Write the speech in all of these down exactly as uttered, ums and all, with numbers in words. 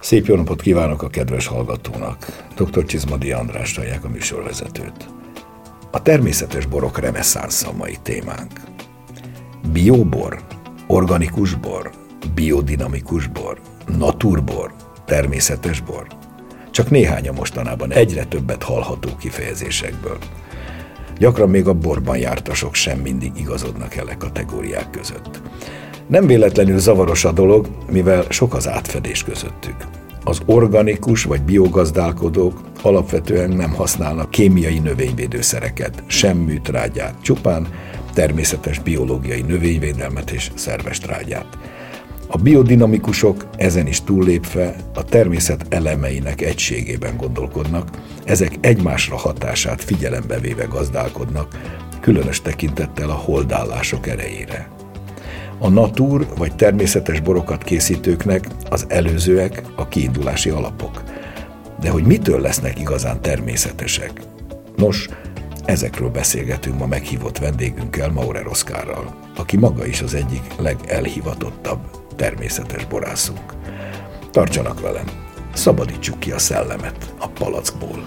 Szép jó napot kívánok a kedves hallgatónak! doktor Csizmadi András hallják a műsorvezetőt. A természetes borok reneszánsza mai témánk. Biobor, organikus bor, biodinamikus bor, naturbor, természetes bor. Csak néhány a mostanában egyre többet hallható kifejezésekből. Gyakran még a borban jártasok sem mindig igazodnak el a kategóriák között. Nem véletlenül zavaros a dolog, mivel sok az átfedés közöttük. Az organikus vagy biogazdálkodók alapvetően nem használnak kémiai növényvédőszereket, sem műtrágyát, csupán természetes biológiai növényvédelmet és szerves trágyát. A biodinamikusok ezen is túllépve a természet elemeinek egységében gondolkodnak, ezek egymásra hatását figyelembe véve gazdálkodnak, különös tekintettel a holdállások erejére. A natur vagy természetes borokat készítőknek az előzőek a kiindulási alapok. De hogy mitől lesznek igazán természetesek? Nos, ezekről beszélgetünk ma meghívott vendégünkkel, Maurer Oszkárral, aki maga is az egyik legelhivatottabb természetes borászunk. Tartsanak velem, szabadítsuk ki a szellemet a palackból.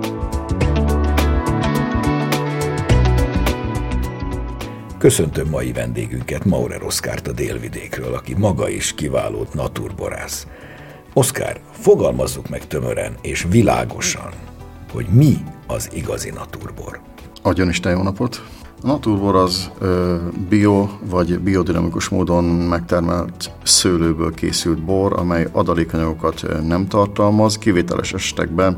Köszöntöm mai vendégünket, Maurer Oszkárt a Délvidékről, aki maga is kiváló naturborász. Oszkár, fogalmazzuk meg tömören és világosan, hogy mi az igazi naturbor. Adjon Isten jó napot! A naturbor az ö, bio vagy biodinamikus módon megtermelt szőlőből készült bor, amely adalékanyagokat nem tartalmaz, kivételes esetekben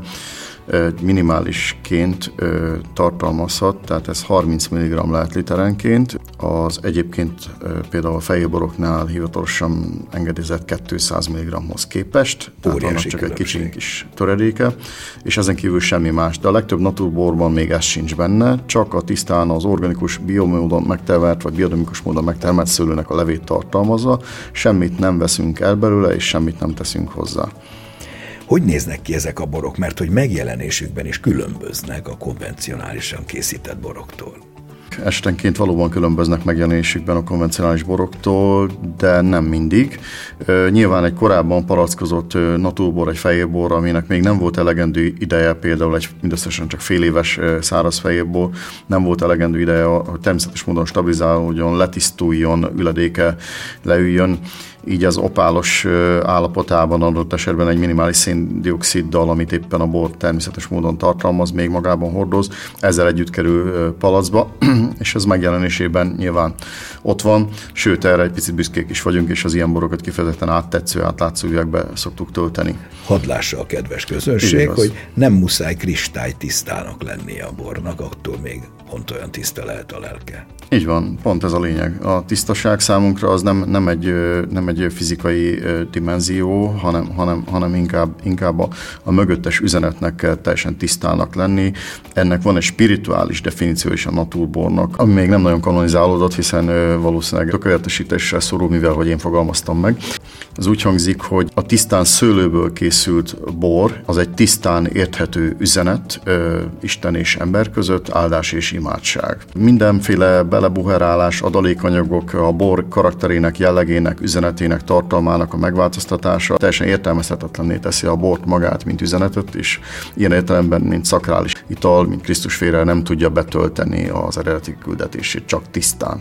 minimálisként ö, tartalmazhat, tehát ez harminc milligramm lehet literenként. Az egyébként ö, például a fehérboroknál hivatalosan engedélyezett kétszáz milligrammhoz képest, tehát annak csak egy kicsi kis töredéke, és ezen kívül semmi más. De a legtöbb naturborban még ez sincs benne, csak a tisztán az organikus biomódon megtermelt, vagy biodinamikus módon megtermelt szőlőnek a levét tartalmazza, semmit nem veszünk el belőle, és semmit nem teszünk hozzá. Hogy néznek ki ezek a borok, mert hogy megjelenésükben is különböznek a konvencionálisan készített boroktól? Estenként valóban különböznek megjelenésükben a konvencionális boroktól, de nem mindig. Nyilván egy korábban palackozott naturbor, egy fehérbor, aminek még nem volt elegendő ideje, például egy mindösszesen csak fél éves száraz fehérbor, nem volt elegendő ideje, hogy természetes módon stabilizálódjon, letisztuljon, üledéke leüljön. Így az opálos állapotában adott esetben egy minimális széndioxiddal, amit éppen a bor természetes módon tartalmaz, még magában hordoz, ezzel együtt kerül palacba, és ez megjelenésében nyilván ott van, sőt erre egy picit büszkék is vagyunk, és az ilyen borokat kifejezetten áttetsző, átlátszó üvegbe szoktuk tölteni. Hadd lássa a kedves közönség, hogy nem muszáj kristálytisztának lennie a bornak, attól még pont olyan tiszta lehet a lelke. Így van, pont ez a lényeg. A tisztaság számunkra az nem, nem, egy, nem egy fizikai dimenzió, hanem, hanem, hanem inkább, inkább a, a mögöttes üzenetnek kell teljesen tisztának lenni. Ennek van egy spirituális definíció is a naturbornak, ami még nem nagyon kanonizálódott, hiszen valószínűleg tökéletesítésre szorul, mivel hogy én fogalmaztam meg. Ez úgy hangzik, hogy a tisztán szőlőből készült bor, az egy tisztán érthető üzenet ö, Isten és ember között, áldás és imádság. Mindenféle belebuherálás, adalékanyagok, a bor karakterének, jellegének, üzenetének, tartalmának a megváltoztatása teljesen értelmezhetetlenné teszi a bort magát, mint üzenetet, és ilyen értelemben, mint szakrális ital, mint Krisztusféle nem tudja betölteni az eredeti küldetését, csak tisztán.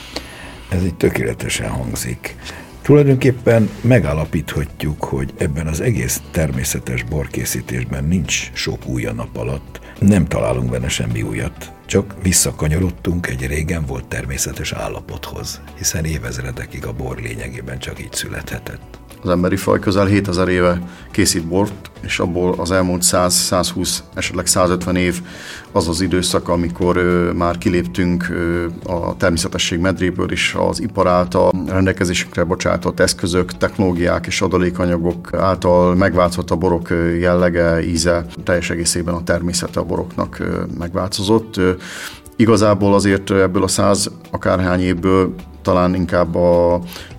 Ez így tökéletesen hangzik. Tulajdonképpen megállapíthatjuk, hogy ebben az egész természetes borkészítésben nincs sok új a nap alatt, nem találunk benne semmi újat, csak visszakanyarodtunk egy régen volt természetes állapothoz, hiszen évezredekig a bor lényegében csak így születhetett. Az emberi faj közel hétezer éve készít bort, és abból az elmúlt száz-százhúsz, esetleg százötven év az az időszak, amikor ö, már kiléptünk ö, a természetesség medréből, és az ipar által rendelkezésükre bocsátott eszközök, technológiák és adalékanyagok által megváltozott a borok jellege, íze, teljes egészében a természete a boroknak ö, megváltozott. Ö, igazából azért ebből a száz akárhány évből talán inkább a,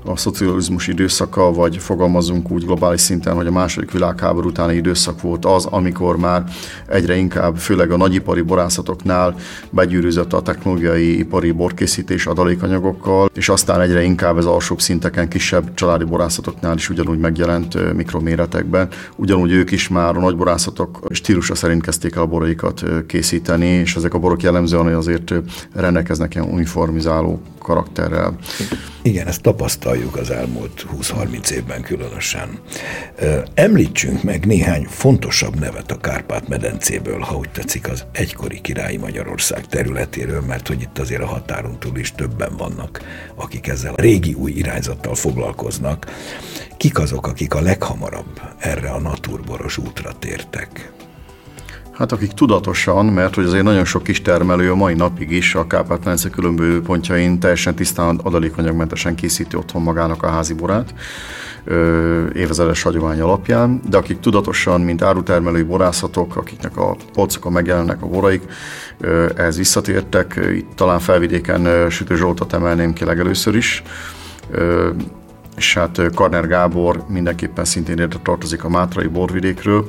a szocializmus időszaka, vagy fogalmazunk úgy globális szinten, hogy a második világháború utáni időszak volt az, amikor már egyre inkább, főleg a nagyipari borászatoknál begyűrűzött a technológiai ipari borkészítés adalékanyagokkal, és aztán egyre inkább ez alsóbb szinteken, kisebb családi borászatoknál is ugyanúgy megjelent mikroméretekben. Ugyanúgy ők is már a nagyborászatok stílusa szerint kezdték el a boraikat készíteni, és ezek a borok jellemzően azért rendelkeznek ilyen uniformizáló karakterrel. Igen, ezt tapasztaljuk az elmúlt húsz-harminc évben különösen. Említsünk meg néhány fontosabb nevet a Kárpát-medencéből, ha úgy tetszik, az egykori királyi Magyarország területéről, mert hogy itt azért a határon túl is többen vannak, akik ezzel a régi új irányzattal foglalkoznak. Kik azok, akik a leghamarabb erre a naturboros útra tértek? Hát akik tudatosan, mert hogy azért nagyon sok kis termelő a mai napig is a Kárpát-medence különböző pontjain teljesen tisztán adalékanyagmentesen készíti otthon magának a házi borát, évezredes hagyomány alapján, de akik tudatosan, mint árutermelői borászatok, akiknek a polcokon megjelennek a boraik, ehhez visszatértek. Itt talán Felvidéken Sütő Zsoltot emelném ki legelőször is, és hát Karner Gábor mindenképpen szintén érte tartozik a mátrai borvidékről.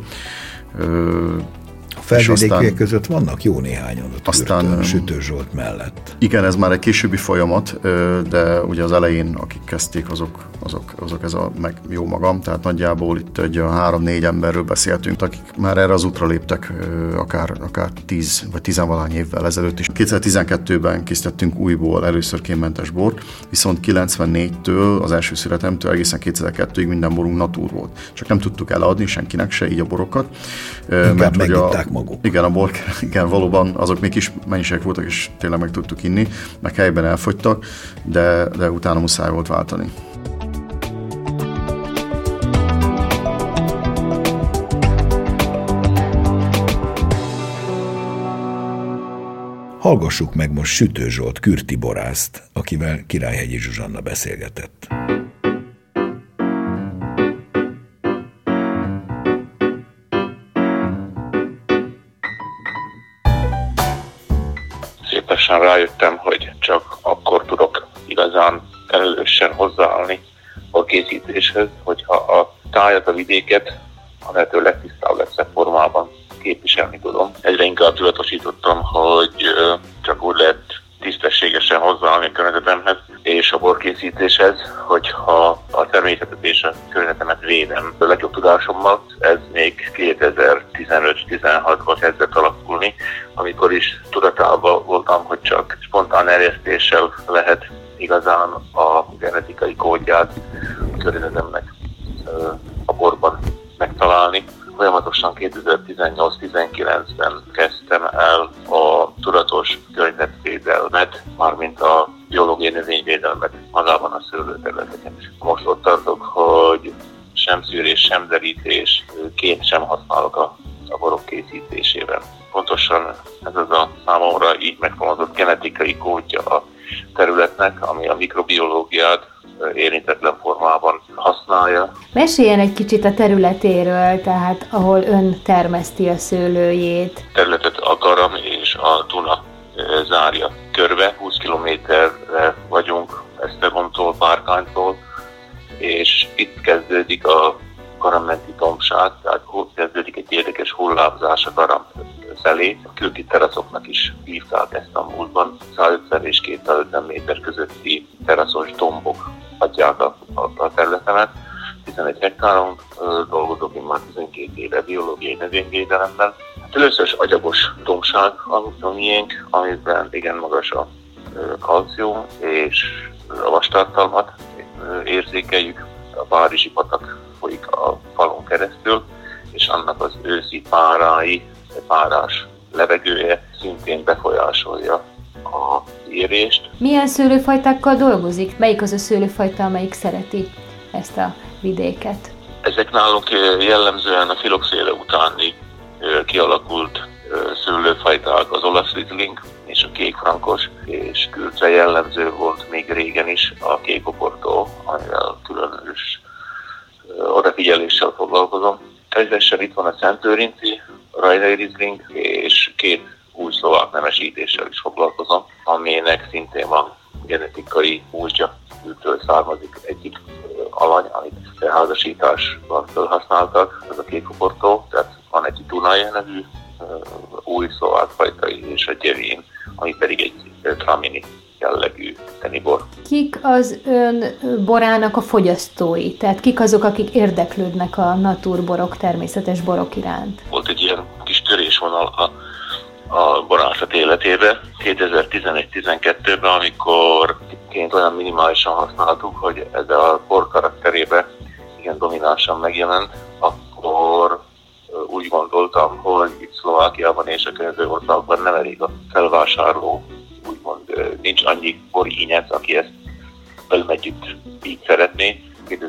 A felvidékiek között vannak jó néhányan ott aztán, Kürtön, Sütő Zsolt mellett. Igen, ez már egy későbbi folyamat, de ugye az elején, akik kezdték, azok, azok, azok ez a meg jó magam, tehát nagyjából itt egy három-négy emberről beszéltünk, akik már erre az útra léptek akár, akár tíz vagy tizenvalány évvel ezelőtt is. kétezer-tizenkettőben készítettünk újból először kémmentes bort, viszont kilencvennégytől, az első születemtől egészen kétezer-kettőig minden borunk natúr volt. Csak nem tudtuk eladni senkinek se így a borokat. Inkább megitták maguk. Igen, a bor, igen, valóban azok még kis mennyiségek voltak, és tényleg meg tudtuk inni, meg helyben elfogytak, de, de utána muszáj volt váltani. Hallgassuk meg most Sütő Zsolt kürti borászt, akivel Királyhegyi Zsuzsanna beszélgetett. Rájöttem, hogy csak akkor tudok igazán felelősen hozzáállni a készítéshez, hogyha a tájat, a vidéket a lehető legtisztább, legszebb formában képviselni tudom. Egyre inkább tudatosítottam, hogy csak úgy lehet tisztességesen hozzáállni a környezetemhez és a borkészítéshez, hogyha a természetet és a környezetemet védem. A legjobb tudásommal ez még kétezer-tizenöt-tizenhatban kezdett alakulni, amikor is tudatában voltam, hogy csak spontán erjesztéssel lehet igazán a genetikai kódját a környezetemnek a borban megtalálni. Folyamatosan kétezer-tizennyolc-tizenkilencben kezdtem el a tudatos környezetvédelmet, mármint a biológiai növényvédelmet magában a szőlőterületeken. Most ott tartok, hogy sem szűrés, sem derítés, ként sem használok a, a borok készítésében. Pontosan ez az a számomra így megfogalmazott genetikai kódja a területnek, ami a mikrobiológiát érintetlen formában használja. Meséljen egy kicsit a területéről, tehát ahol ön termeszti a szőlőjét. Területet a Garam és a Duna zárja körbe, húsz kilométerre vagyunk Esztergomtól, Párkánytól, és itt kezdődik a Garam-menti dombság, tehát kezdődik egy érdekes hullámzás a Garam felé. A kürti teraszoknak is hívták ezt a múltban. százötven és kétszázötven méter közötti teraszos dombok adják a, a, a területemet. tizenegy hektáron dolgozok, én már tizenkét éve biológiai növényvédelemben. Hát először is agyagos dombság a miénk, amiben igen magas a kalcium és a vastartalmat érzékeljük. A Párizsi patak folyik a falon keresztül, és annak az őszi párái, párás levegője szintén befolyásolja a érést. Milyen szőlőfajtákkal dolgozik? Melyik az a szőlőfajta, amelyik szereti ezt a vidéket? Ezek nálunk jellemzően a filoxéra utáni kialakult szőlőfajták, az olasz rizling és a kékfrankos, és Kürtre jellemző volt még régen is a kékoportó, amivel különös odafigyeléssel foglalkozom. Ezzel itt van a Szentőrinci, a Rajdai rizling, és két új szlovák nemesítéssel is foglalkozom, aminek szintén van genetikai múltja amitől származik egyik alany, amit felházasításban felhasználtak, ez a kékoportó, tehát van egy Dunai nevű új szlovák fajta és a Gyevin, ami pedig egy tramini jellegű tenibor. Kik az ön borának a fogyasztói? Tehát kik azok, akik érdeklődnek a naturborok, természetes borok iránt? Volt egy ilyen kis törésvonal a, a borászat életébe kétezer-tizenegy-tizenkettőben, amikor ként olyan minimálisan használtuk, hogy ez a bor karakterébe igen dominánsan megjelent, akkor úgy gondoltam, hogy itt Szlovákiában és a környező országban nem elég a felvásárló, úgymond nincs annyi borínyec, aki ezt felmegyütt így szeretné.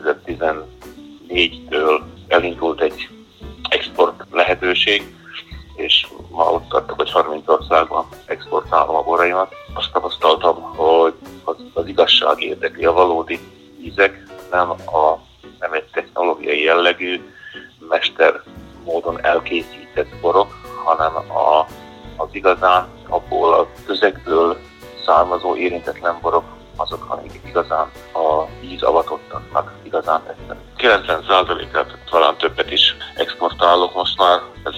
kétezer-tizennégytől elindult egy export lehetőség, és ma ott tartok, hogy harminc országban exportálom a boraimat. Azt tapasztaltam, hogy az, az igazság érdekli, a valódi ízek, nem, a, nem egy technológiai jellegű, mester módon elkészített borok, hanem a, az igazán abból a közegből származó érintetlen borok, azok, amik igazán a ízavatottaknak igazán tetszenek. kilencven százalékát, talán többet is exportálok most már, ez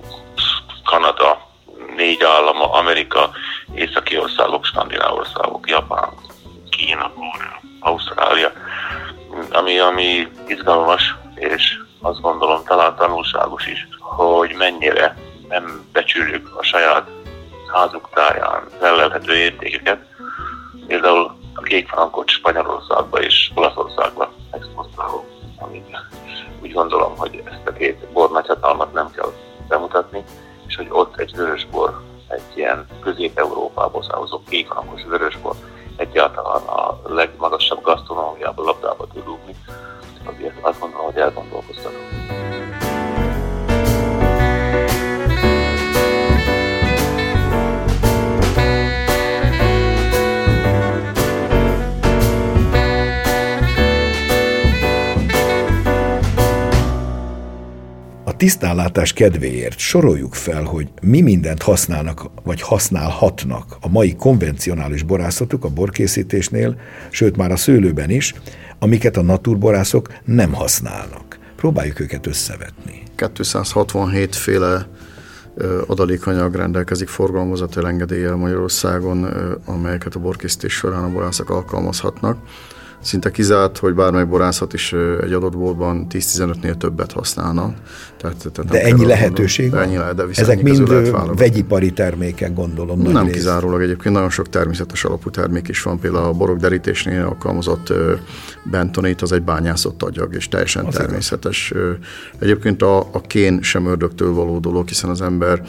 Kanada, négy állama, Amerika, északi országok, skandináv országok, Japán, Kína, Korea, Ausztrália, ami, ami izgalmas, és azt gondolom talán tanulságos is, hogy mennyire nem becsüljük a saját házuk táján felelhető értékeket. Például a kékfrankot Spanyolországba és Olaszországba exportálunk, amit úgy gondolom, hogy ezt a két bor nagyhatalmat nem kell bemutatni, és hogy ott egy vörösbor, egy ilyen Közép-Európából származó kékfrankos vörösbor egyáltalán a legmagasabb gasztronómiából labdába tud rúgni, azért azt gondolom, hogy elgondolkoztatom. A tisztánlátás kedvéért soroljuk fel, hogy mi mindent használnak, vagy használhatnak a mai konvencionális borászatok a borkészítésnél, sőt már a szőlőben is, amiket a naturborászok nem használnak. Próbáljuk őket összevetni. kétszázhatvanhét féle adalékanyag rendelkezik forgalmazati engedéllyel Magyarországon, amelyeket a borkészítés során a borászok alkalmazhatnak. Szinte kizárt, hogy bármely borászat is egy adott borban tíz-tizenötnél többet használna. Tehát, tehát de ennyi lehetőség van? Ennyi, de ezek mind vegyipari termékek, gondolom. Nem rész. Kizárólag egyébként, nagyon sok természetes alapú termék is van. Például a borok derítésnél alkalmazott bentonit, az egy bányászott agyag, és teljesen az természetes. Igaz. Egyébként a, a kén sem ördögtől való dolog, hiszen az ember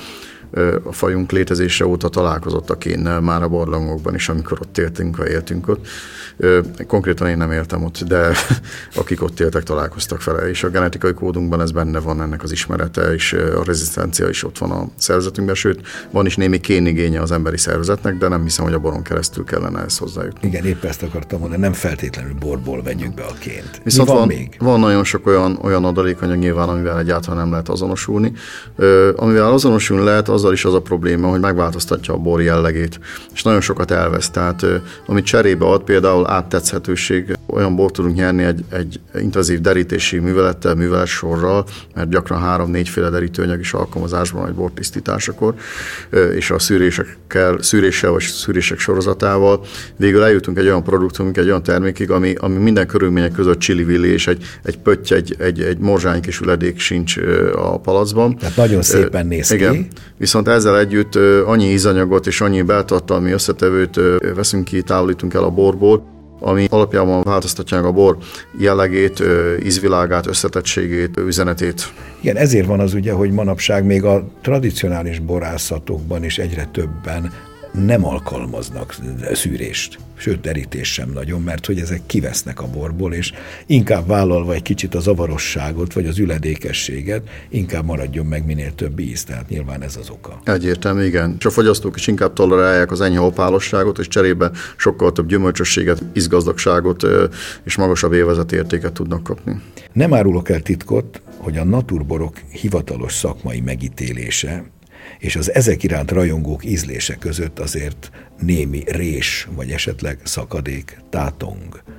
a fajunk létezése óta találkozott a kénnel már a barlangokban is, amikor ott éltünk, ha éltünk ott. Konkrétan én nem éltem ott, de akik ott éltek, találkoztak vele, és a genetikai kódunkban ez benne van, ennek az ismerete, és a rezisztencia is ott van a szervezetünkben, sőt, van is némi kénigénye az emberi szervezetnek, de nem hiszem, hogy a boron keresztül kellene ezt hozzájutni. Igen, épp ezt akartam mondani, nem feltétlenül borból vegyük be a ként. Viszont van, van, még? van nagyon sok olyan, olyan adalékanyag nyilván, amivel egyáltalán nem lehet azonosulni. Ö, amivel azonosulni lehet, azzal is az a probléma, hogy megváltoztatja a bor jellegét, és nagyon sokat elvesz. Tehát amit cserébe ad, például áttetszhetőség, olyan bort tudunk nyerni egy, egy intenzív derítési művelettel, műveletsorral, mert gyakran három-négyféle derítőanyag is alkalmazásban egy bor tisztításakor, és a szűrésekkel, szűréssel vagy szűrések sorozatával végül eljutunk egy olyan produktumig, egy olyan termékig, ami, ami minden körülmények között csili-villi, és egy, egy pötty, egy, egy, egy morzsány kis üledék sincs a palacban. Tehát nagyon szépen néz Igen. ki. Viszont ezzel együtt annyi ízanyagot és annyi beltartalmi összetevőt veszünk ki, távolítunk el a borból, ami alapjában változtatja meg a bor jellegét, ízvilágát, összetettségét, üzenetét. Igen, ezért van az ugye, hogy manapság még a tradicionális borászatokban is egyre többen nem alkalmaznak szűrést, sőt derítés sem nagyon, mert hogy ezek kivesznek a borból, és inkább vállalva egy kicsit a zavarosságot, vagy az üledékességet, inkább maradjon meg minél több íz, tehát nyilván ez az oka. Egyértelmű, igen. És a fogyasztók is inkább tolerálják az enyhe opálosságot, és cserébe sokkal több gyümölcsösséget, ízgazdagságot és magasabb élvezeti értéket tudnak kapni. Nem árulok el titkot, hogy a naturborok hivatalos szakmai megítélése és az ezek iránt rajongók ízlése között azért némi rés, vagy esetleg szakadék tátong.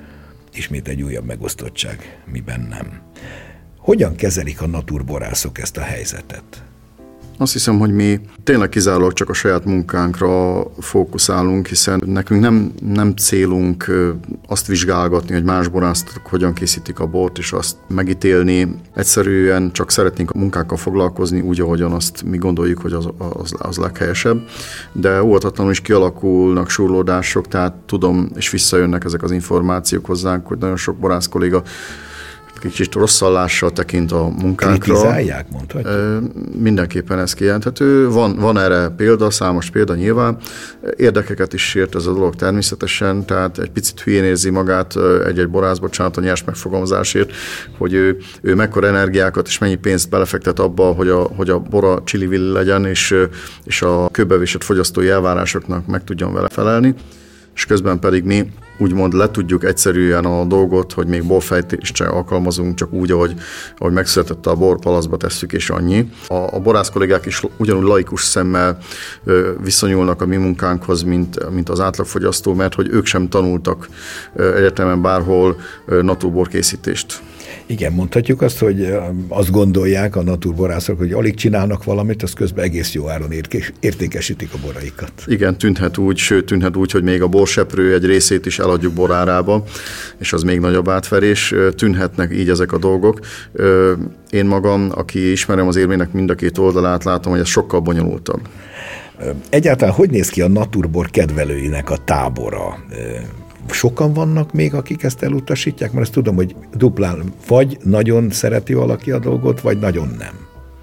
Ismét egy újabb megosztottság, miben nem. Hogyan kezelik a naturborászok ezt a helyzetet? Azt hiszem, hogy mi tényleg kizárólag csak a saját munkánkra fókuszálunk, hiszen nekünk nem, nem célunk azt vizsgálgatni, hogy más borászok hogyan készítik a bort, és azt megítélni. Egyszerűen csak szeretnénk a munkánkkal foglalkozni úgy, ahogyan azt mi gondoljuk, hogy az, az, az leghelyesebb. De óvatatlanul is kialakulnak súrlódások, tehát tudom, és visszajönnek ezek az információk hozzánk, hogy nagyon sok borász kolléga kicsit rosszallással tekint a munkánkra. Kritizálják, mondhatjuk? Mindenképpen ez kijelenthető. Van, van erre példa, számos példa nyilván. Érdekeket is sért ez a dolog természetesen, tehát egy picit hülyén érzi magát egy-egy borász, bocsánat a nyers megfogalmazásért, hogy ő, ő mekkora energiákat és mennyi pénzt belefektet abba, hogy a, hogy a bora csili-villi legyen, és, és a kőbevésett fogyasztói elvárásoknak meg tudjon vele felelni. És közben pedig mi úgymond le tudjuk egyszerűen a dolgot, hogy még borfejtést sem alkalmazunk, csak úgy, ahogy, ahogy megszületett a bor, palaszba tesszük, és annyi. A, a borász kollégák is ugyanúgy laikus szemmel ö, viszonyulnak a mi munkánkhoz, mint, mint az átlagfogyasztó, mert hogy ők sem tanultak ö, egyetemen bárhol ö, naturborkészítést. Igen, mondhatjuk azt, hogy azt gondolják a naturborászok, hogy alig csinálnak valamit, az közben egész jó áron értékesítik a boraikat. Igen, tűnhet úgy, sőt tűnhet úgy, hogy még a borseprő egy részét is eladjuk borárába, és az még nagyobb átverés. Tűnhetnek így ezek a dolgok. Én magam, aki ismerem az érmének mind a két oldalát, látom, hogy ez sokkal bonyolultabb. Egyáltalán hogy néz ki a naturbor kedvelőinek a tábora? Sokan vannak még, akik ezt elutasítják? Mert ezt tudom, hogy duplán vagy nagyon szereti valaki a dolgot, vagy nagyon nem.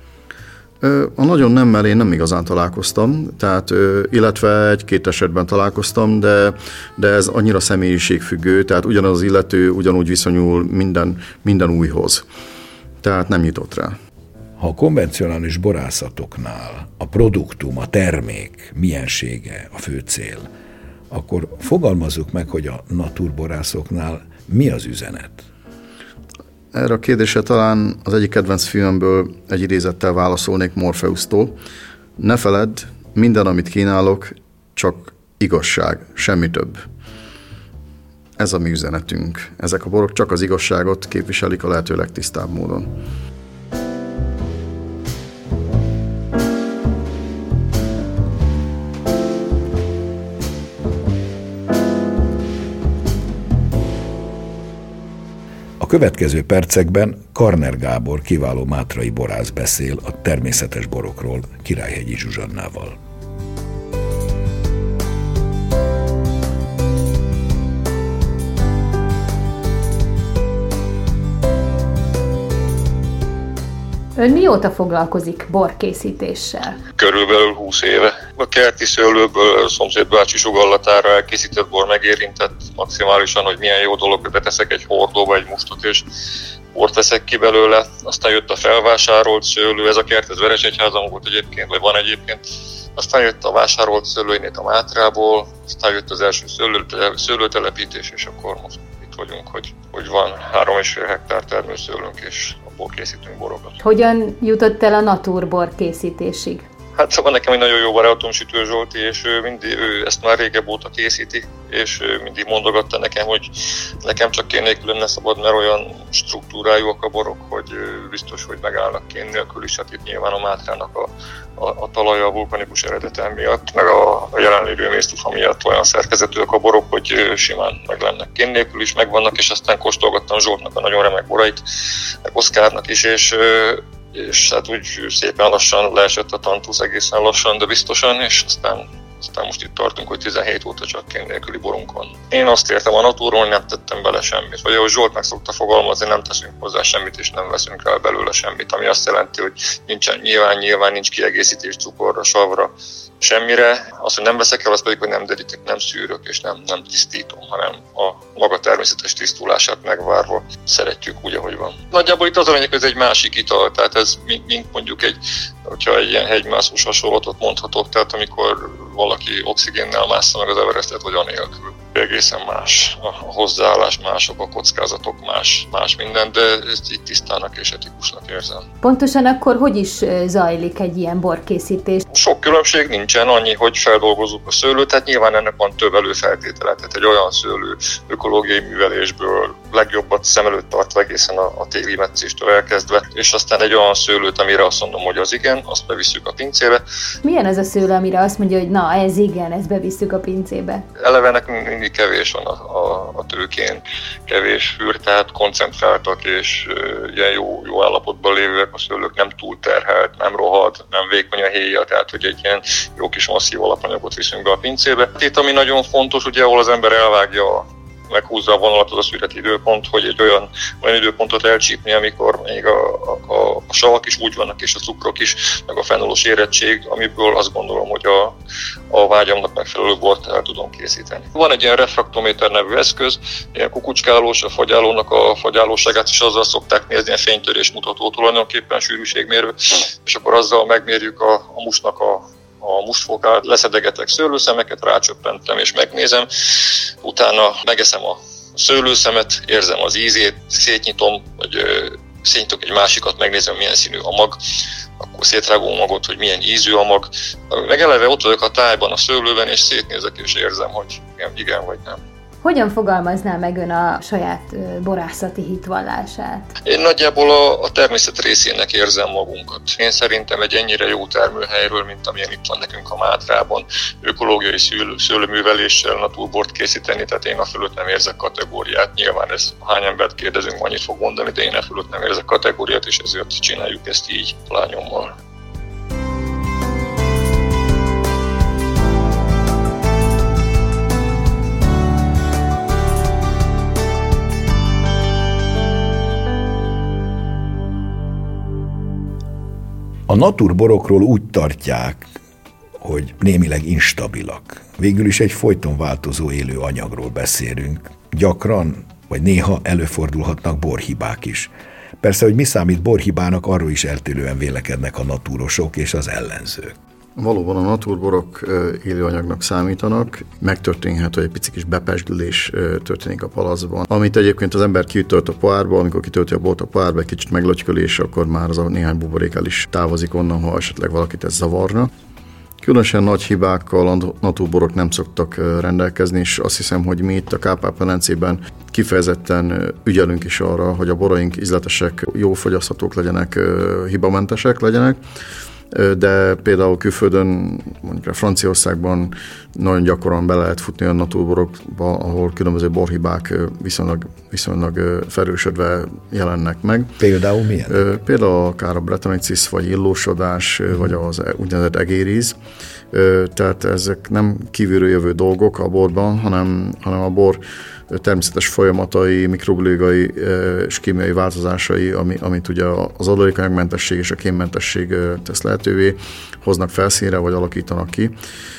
A nagyon nemmel én nem igazán találkoztam, tehát, illetve egy-két esetben találkoztam, de, de ez annyira személyiségfüggő, tehát ugyanaz az illető ugyanúgy viszonyul minden, minden újhoz. Tehát nem nyitott rá. Ha a konvencionális borászatoknál a produktum, a termék miensége a fő cél, akkor fogalmazzuk meg, hogy a naturborászoknál mi az üzenet? Erre a kérdésre talán az egyik kedvenc filmből egy idézettel válaszolnék Morpheusztól. Ne feledd, minden, amit kínálok, csak igazság, semmi több. Ez a mi üzenetünk. Ezek a borok csak az igazságot képviselik a lehető legtisztább módon. A következő percekben Karner Gábor kiváló mátrai borász beszél a természetes borokról Királyhegyi Zsuzsannával. Ön mióta foglalkozik borkészítéssel? Körülbelül húsz éve. A kerti szőlőből a szomszéd bácsi sugallatára elkészített bor megérintett maximálisan, hogy milyen jó dolog, hogy beteszek egy hordóba egy mustot, és bort veszek ki belőle. Aztán jött a felvásárolt szőlő, ez a kert, ez Veresegyházan volt egyébként, vagy van egyébként. Aztán jött a vásárolt szőlő innét a Mátrából, aztán jött az első szőlő, szőlőtelepítés, és akkor most itt vagyunk, hogy, hogy van három és fél hektár termőszőlőnk, és abból készítünk borokat. Hogyan jutott el a naturbor készítésig? Hát szóval nekem egy nagyon jó barátom Sütő Zsolti, és ő mindig ő ezt már régebb óta készíti, és ő mindig mondogatta nekem, hogy nekem csak kén nélkül ne szabad, mert olyan struktúrájúak a borok, hogy biztos, hogy megállnak kén nélkül is. Hát itt nyilván a Mátrának a, a, a talaja a vulkanikus eredete miatt, meg a, a jelenlévő méztufa miatt olyan szerkezetűek a borok, hogy simán meg lennek kén nélkül is, megvannak, és aztán kóstolgattam Zsoltnak a nagyon remek borait, meg Oszkárnak is, és és hát úgy szépen lassan leesett a tantusz, egészen lassan, de biztosan, és aztán, aztán most itt tartunk, hogy tizenhét óta csak kén nélküli borunk van. Én azt értem a natúról, hogy nem tettem bele semmit, vagy ahogy Zsolt meg szokta fogalmazni, nem teszünk hozzá semmit, és nem veszünk rá belőle semmit, ami azt jelenti, hogy nincsen nyilván, nyilván nincs kiegészítés cukorra, savra, semmire. Azt, hogy nem veszek el, az pedig, hogy nem derítek, nem szűrök és nem, nem tisztítom, hanem a maga természetes tisztulását megvárva szeretjük úgy, ahogy van. Nagyjából itt az a lényeg, hogy ez egy másik ital, tehát ez mint mondjuk egy, hogyha egy ilyen hegymászós hasonlatot mondhatok, tehát amikor valaki oxigénnel mássza meg az Everestet, vagy anélkül. egészen más a hozzáállás, mások a kockázatok, más, más minden, de ezt így tisztának és etikusnak érzem. Pontosan akkor hogy is zajlik egy ilyen borkészítés? Sok különbség nincsen, annyi, hogy feldolgozzuk a szőlőt, tehát nyilván ennek van több előfeltétele, tehát egy olyan szőlő ökológiai művelésből legjobbat szem előtt tartva egészen a, a téli meccéstől elkezdve, és aztán egy olyan szőlőt, amire azt mondom, hogy az igen, azt bevisszük a pincébe. Milyen az a szőlő, amire azt mondja, hogy na ez igen, ezt bevisszük a pincébe? Eleve nekünk mindig kevés van a, a, a tőkén, kevés fűr, tehát koncentráltak és uh, ilyen jó, jó állapotban lévőek a szőlők, nem túl terhelt, nem rohad, nem vékony a héja, tehát hogy egy ilyen jó kis masszív alapanyagot viszünk be a pincébe. Itt ami nagyon fontos, ugye ahol az ember elvágja, meghúzza a vonalat, az a szüreti időpont, hogy egy olyan, olyan időpontot elcsípni, amikor még a, a, a savak is úgy vannak, és a cukrok is, meg a fenolos érettség, amiből azt gondolom, hogy a, a vágyamnak megfelelő bort el tudom készíteni. Van egy ilyen refraktométer nevű eszköz, ilyen kukucskálós, a fagyálónak a fagyálóságát is azzal szokták nézni, ilyen fénytörés mutató tulajdonképpen sűrűségmérő, és akkor azzal megmérjük a, a mustnak a a mustfókát, leszedegetek szőlőszemeket, rácsöppentem és megnézem, utána megeszem a szőlőszemet, érzem az ízét, szétnyitom, vagy ö, szétnyitok egy másikat, megnézem, milyen színű a mag, akkor szétrágom a magot, hogy milyen ízű a mag. Meg eleve ott vagyok a tájban, a szőlőben, és szétnézek és érzem, hogy igen, igen vagy nem. Hogyan fogalmazná meg ön a saját borászati hitvallását? Én nagyjából a, a természet részének érzem magunkat. Én szerintem egy ennyire jó termőhelyről, mint amilyen itt van nekünk a Mátrában, ökológiai szőlő, szőlőműveléssel naturbort készíteni, tehát én a fölött nem érzek kategóriát. Nyilván ez hány embert kérdezünk, annyit fog mondani, de én a fölött nem érzek kategóriát, és ezért csináljuk ezt így lányommal. A naturborokról úgy tartják, hogy némileg instabilak. Végül is egy folyton változó élő anyagról beszélünk. Gyakran, vagy néha előfordulhatnak borhibák is. Persze, hogy mi számít borhibának, arról is eltérően vélekednek a natúrosok és az ellenzők. Valóban a naturborok élőanyagnak számítanak, megtörténhet, hogy egy pici kis bepezsdülés történik a palacban. Amit egyébként az ember kiütölt a pohárba, amikor kitölti a bort a pohárba, egy kicsit meglötykölés, akkor már az a néhány buborék el is távozik onnan, ha esetleg valakit ez zavarna. Különösen nagy hibákkal a naturborok nem szoktak rendelkezni, és azt hiszem, hogy mi itt a Kárpát-medencében kifejezetten ügyelünk is arra, hogy a boraink ízletesek, jó fogyaszthatók legyenek, hibamentesek legyenek. De például külföldön, mondjuk a Franciaországban nagyon gyakran be lehet futni a naturborokba, ahol különböző borhibák viszonylag, viszonylag ferősödve jelennek meg. Például milyen? Például akár a Brettanomyces, vagy illósodás, uh-huh. vagy az úgynevezett egéríz. Tehát ezek nem kívülről jövő dolgok a borban, hanem, hanem a bor természetes folyamatai, mikrobiológiai és kémiai változásai, ami, amit ugye az adalékanyagmentesség és a kémmentesség tesz lehetővé, hoznak felszínre, vagy alakítanak ki.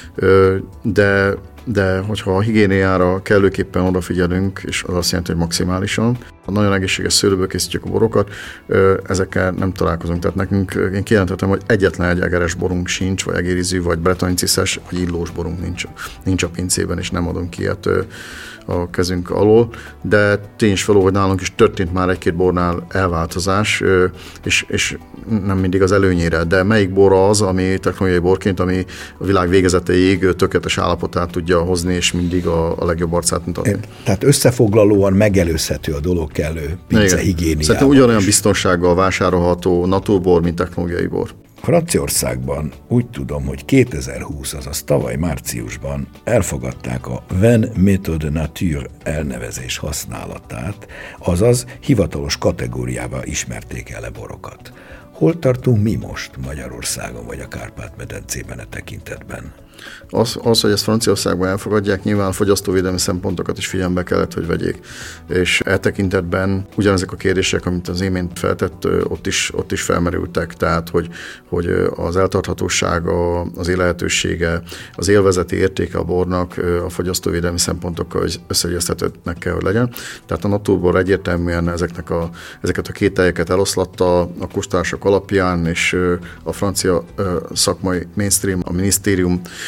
De, de hogyha a higiéniára kellőképpen odafigyelünk, és az azt jelenti, hogy maximálisan, a nagyon egészséges szőlőből készítjük a borokat, ezekkel nem találkozunk. Tehát nekünk, én kijelentettem, hogy egyetlen egy egeres borunk sincs, vagy egérizű, vagy brettanomyces, vagy illós borunk nincs, nincs a pincében, és nem adunk ki ilyet a kezünk alól, de tény is való, hogy nálunk is történt már egy-két bornál elváltozás, és, és nem mindig az előnyére, de melyik bor az, ami technológiai borként, ami a világ végezeteig tökéletes állapotát tudja hozni, és mindig a, a legjobb arcát mutatni. Tehát összefoglalóan megelőzhető a dolog kellő pince higiéniával. Szerintem ugyanolyan biztonsággal vásárolható naturbor, mint technológiai bor. Franciaországban úgy tudom, hogy kétezer-húsz, azaz tavaly márciusban elfogadták a Vin Méthode Nature elnevezés használatát, azaz hivatalos kategóriával ismerték el a borokat. Hol tartunk mi most Magyarországon vagy a Kárpát-medencében e tekintetben? Az, az, hogy ezt Franciaországban elfogadják, nyilván a fogyasztóvédelmi szempontokat is figyelembe kellett, hogy vegyék. És e tekintetben ugyanezek a kérdések, amit az imént feltett, ott is, ott is felmerültek, tehát hogy, hogy az eltarthatósága, az élhetősége, az élvezeti értéke a bornak a fogyasztóvédelmi szempontokkal összeegyeztetőnek kell, hogy legyen. Tehát a naturbor egyértelműen ezeknek a, ezeket a kételyeket eloszlatta a kóstolások alapján, és a francia szakmai mainstream, a minisztérium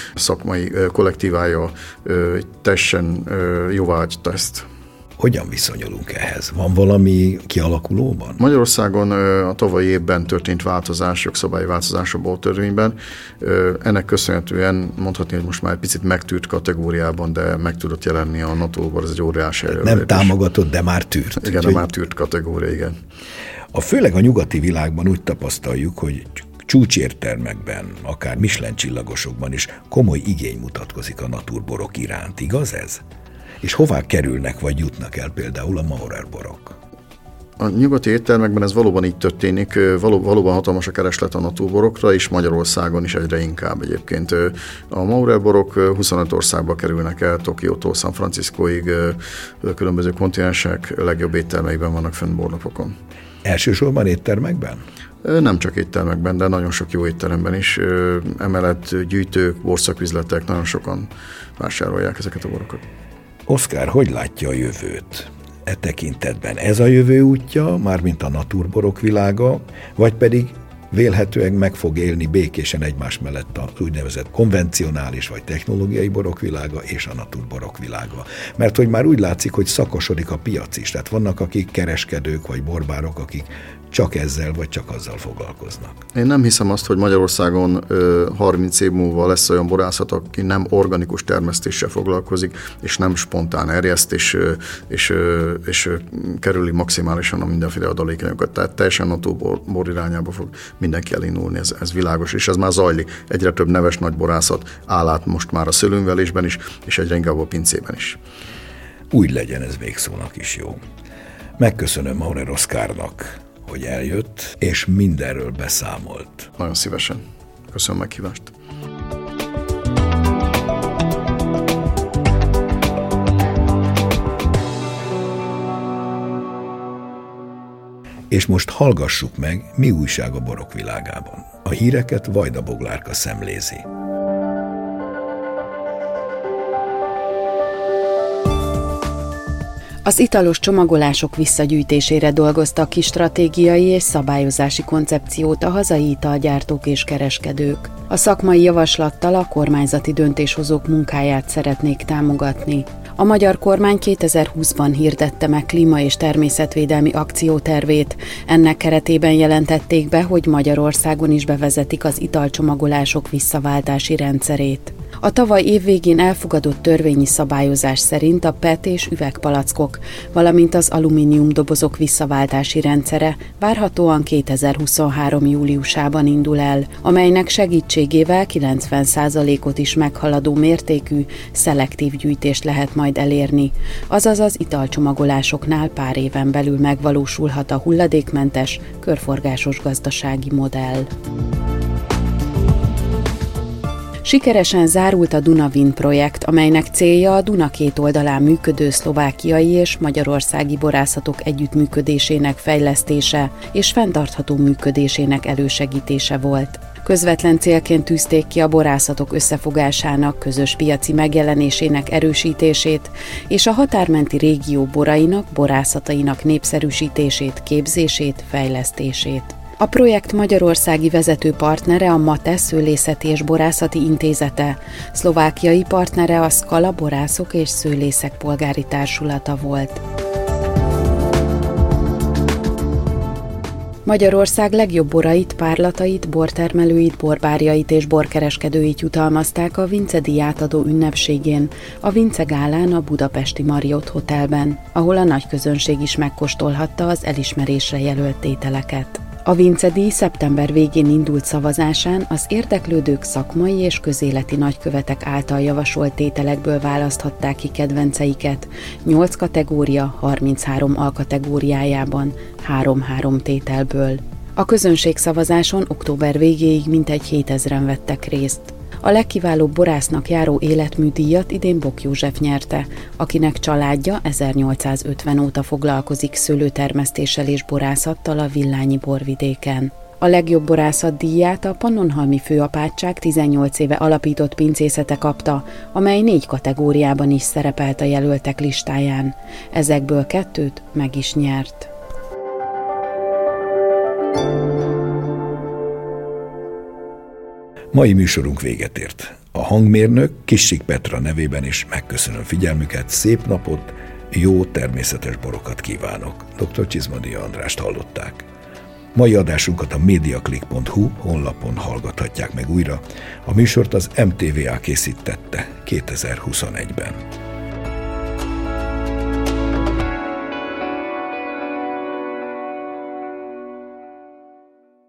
szakmai kollektívája teljesen jóváhagyta ezt. Hogyan viszonyulunk ehhez? Van valami kialakulóban? Magyarországon a tavalyi évben történt változás, jogszabályi változás a bortörvényben. Ennek köszönhetően mondhatni, hogy most már egy picit megtűrt kategóriában, de meg tudott jelenni a Naturból, ez egy óriási előrelépés. Nem támogatott, de már tűrt. Igen, Úgyhogy... de már tűrt kategória, igen. A főleg a nyugati világban úgy tapasztaljuk, hogy csúcsértermekben, akár Michelin csillagosokban is komoly igény mutatkozik a naturborok iránt. Igaz ez? És hová kerülnek vagy jutnak el például a Maurer borok? A nyugati éttermekben ez valóban így történik, való, valóban hatalmas a kereslet a naturborokra, és Magyarországon is egyre inkább egyébként. A Maurer borok huszonöt országba kerülnek el, Tokiótól San Franciscoig, különböző kontinensek legjobb éttermeiben vannak fönn bornapokon. Elsősorban éttermekben? Nem csak éttermekben, de nagyon sok jó étteremben is. Emellett gyűjtők, borszaküzletek, nagyon sokan vásárolják ezeket a borokat. Oszkár, hogy látja a jövőt? E tekintetben ez a jövő útja, mármint a naturborok világa, vagy pedig vélhetően meg fog élni békésen egymás mellett az úgynevezett konvencionális vagy technológiai borok világa és a naturborok világa. Mert hogy már úgy látszik, hogy szakosodik a piac is. Tehát vannak akik kereskedők vagy borbárok, akik csak ezzel vagy csak azzal foglalkoznak. Én nem hiszem azt, hogy Magyarországon ö, harminc év múlva lesz olyan borászat, aki nem organikus termesztéssel foglalkozik, és nem spontán erjeszt, és, és, és, és kerüli maximálisan a mindenféle adalékanyagokat. Tehát teljesen naturbor bor irányába fog mindenki elindulni, ez, ez világos, és ez már zajlik. Egyre több neves nagy borászat áll át most már a szőlőművelésben is, és egyre inkább a pincében is. Úgy legyen, ez végszónak is jó. Megköszönöm Maurer Oszkárnak, hogy eljött, és mindenről beszámolt. Nagyon szívesen. Köszönöm a meghívást. És most hallgassuk meg, mi újság a borok világában. A híreket Vajda Boglárka szemlézi. Az italos csomagolások visszagyűjtésére dolgoztak ki stratégiai és szabályozási koncepciót a hazai italgyártók és kereskedők. A szakmai javaslattal a kormányzati döntéshozók munkáját szeretnék támogatni. A magyar kormány kétezer-húszban hirdette meg klíma- és természetvédelmi akciótervét. Ennek keretében jelentették be, hogy Magyarországon is bevezetik az italcsomagolások visszaváltási rendszerét. A tavaly évvégén elfogadott törvényi szabályozás szerint a pé e té és üvegpalackok, valamint az alumínium dobozok visszaváltási rendszere várhatóan kétezer-huszonhárom júliusában indul el, amelynek segítségével kilencven százalékot is meghaladó mértékű, szelektív gyűjtést lehet majd elérni, azaz az italcsomagolásoknál pár éven belül megvalósulhat a hulladékmentes, körforgásos gazdasági modell. Sikeresen zárult a Duna-Vin projekt, amelynek célja a Duna két oldalán működő szlovákiai és magyarországi borászatok együttműködésének fejlesztése és fenntartható működésének elősegítése volt. Közvetlen célként tűzték ki a borászatok összefogásának, közös piaci megjelenésének erősítését és a határmenti régió borainak, borászatainak népszerűsítését, képzését, fejlesztését. A projekt magyarországi vezető partnere a MATE Szőlészeti és Borászati Intézete, szlovákiai partnere a Skala Borászok és Szőlészek Polgári Társulata volt. Magyarország legjobb borait, párlatait, bortermelőit, borbárjait és borkereskedőit jutalmazták a Vince-díj átadó ünnepségén, a Vince Gálán a budapesti Marriott Hotelben, ahol a nagy közönség is megkóstolhatta az elismerésre jelölt ételeket. A Vince-díj szeptember végén indult szavazásán az érdeklődők szakmai és közéleti nagykövetek által javasolt tételekből választhatták ki kedvenceiket, nyolc kategória, harminchárom alkategóriájában, három-három tételből. A közönségszavazáson október végéig mintegy hétezren vettek részt. A legkiválóbb borásznak járó életműdíjat idén Bok József nyerte, akinek családja ezernyolcszázötven óta foglalkozik szőlőtermesztéssel és borászattal a Villányi borvidéken. A legjobb borászat díját a Pannonhalmi Főapátság tizennyolc éve alapított pincészete kapta, amely négy kategóriában is szerepelt a jelöltek listáján. Ezekből kettőt meg is nyert. Mai műsorunk véget ért. A hangmérnök Kissik Petra nevében is megköszönöm figyelmüket, szép napot, jó természetes borokat kívánok. doktor Csizmadia Andrást hallották. Mai adásunkat a mediaclick pont hu honlapon hallgathatják meg újra. A műsort az em té vé á készítette kétezer-huszonegyben.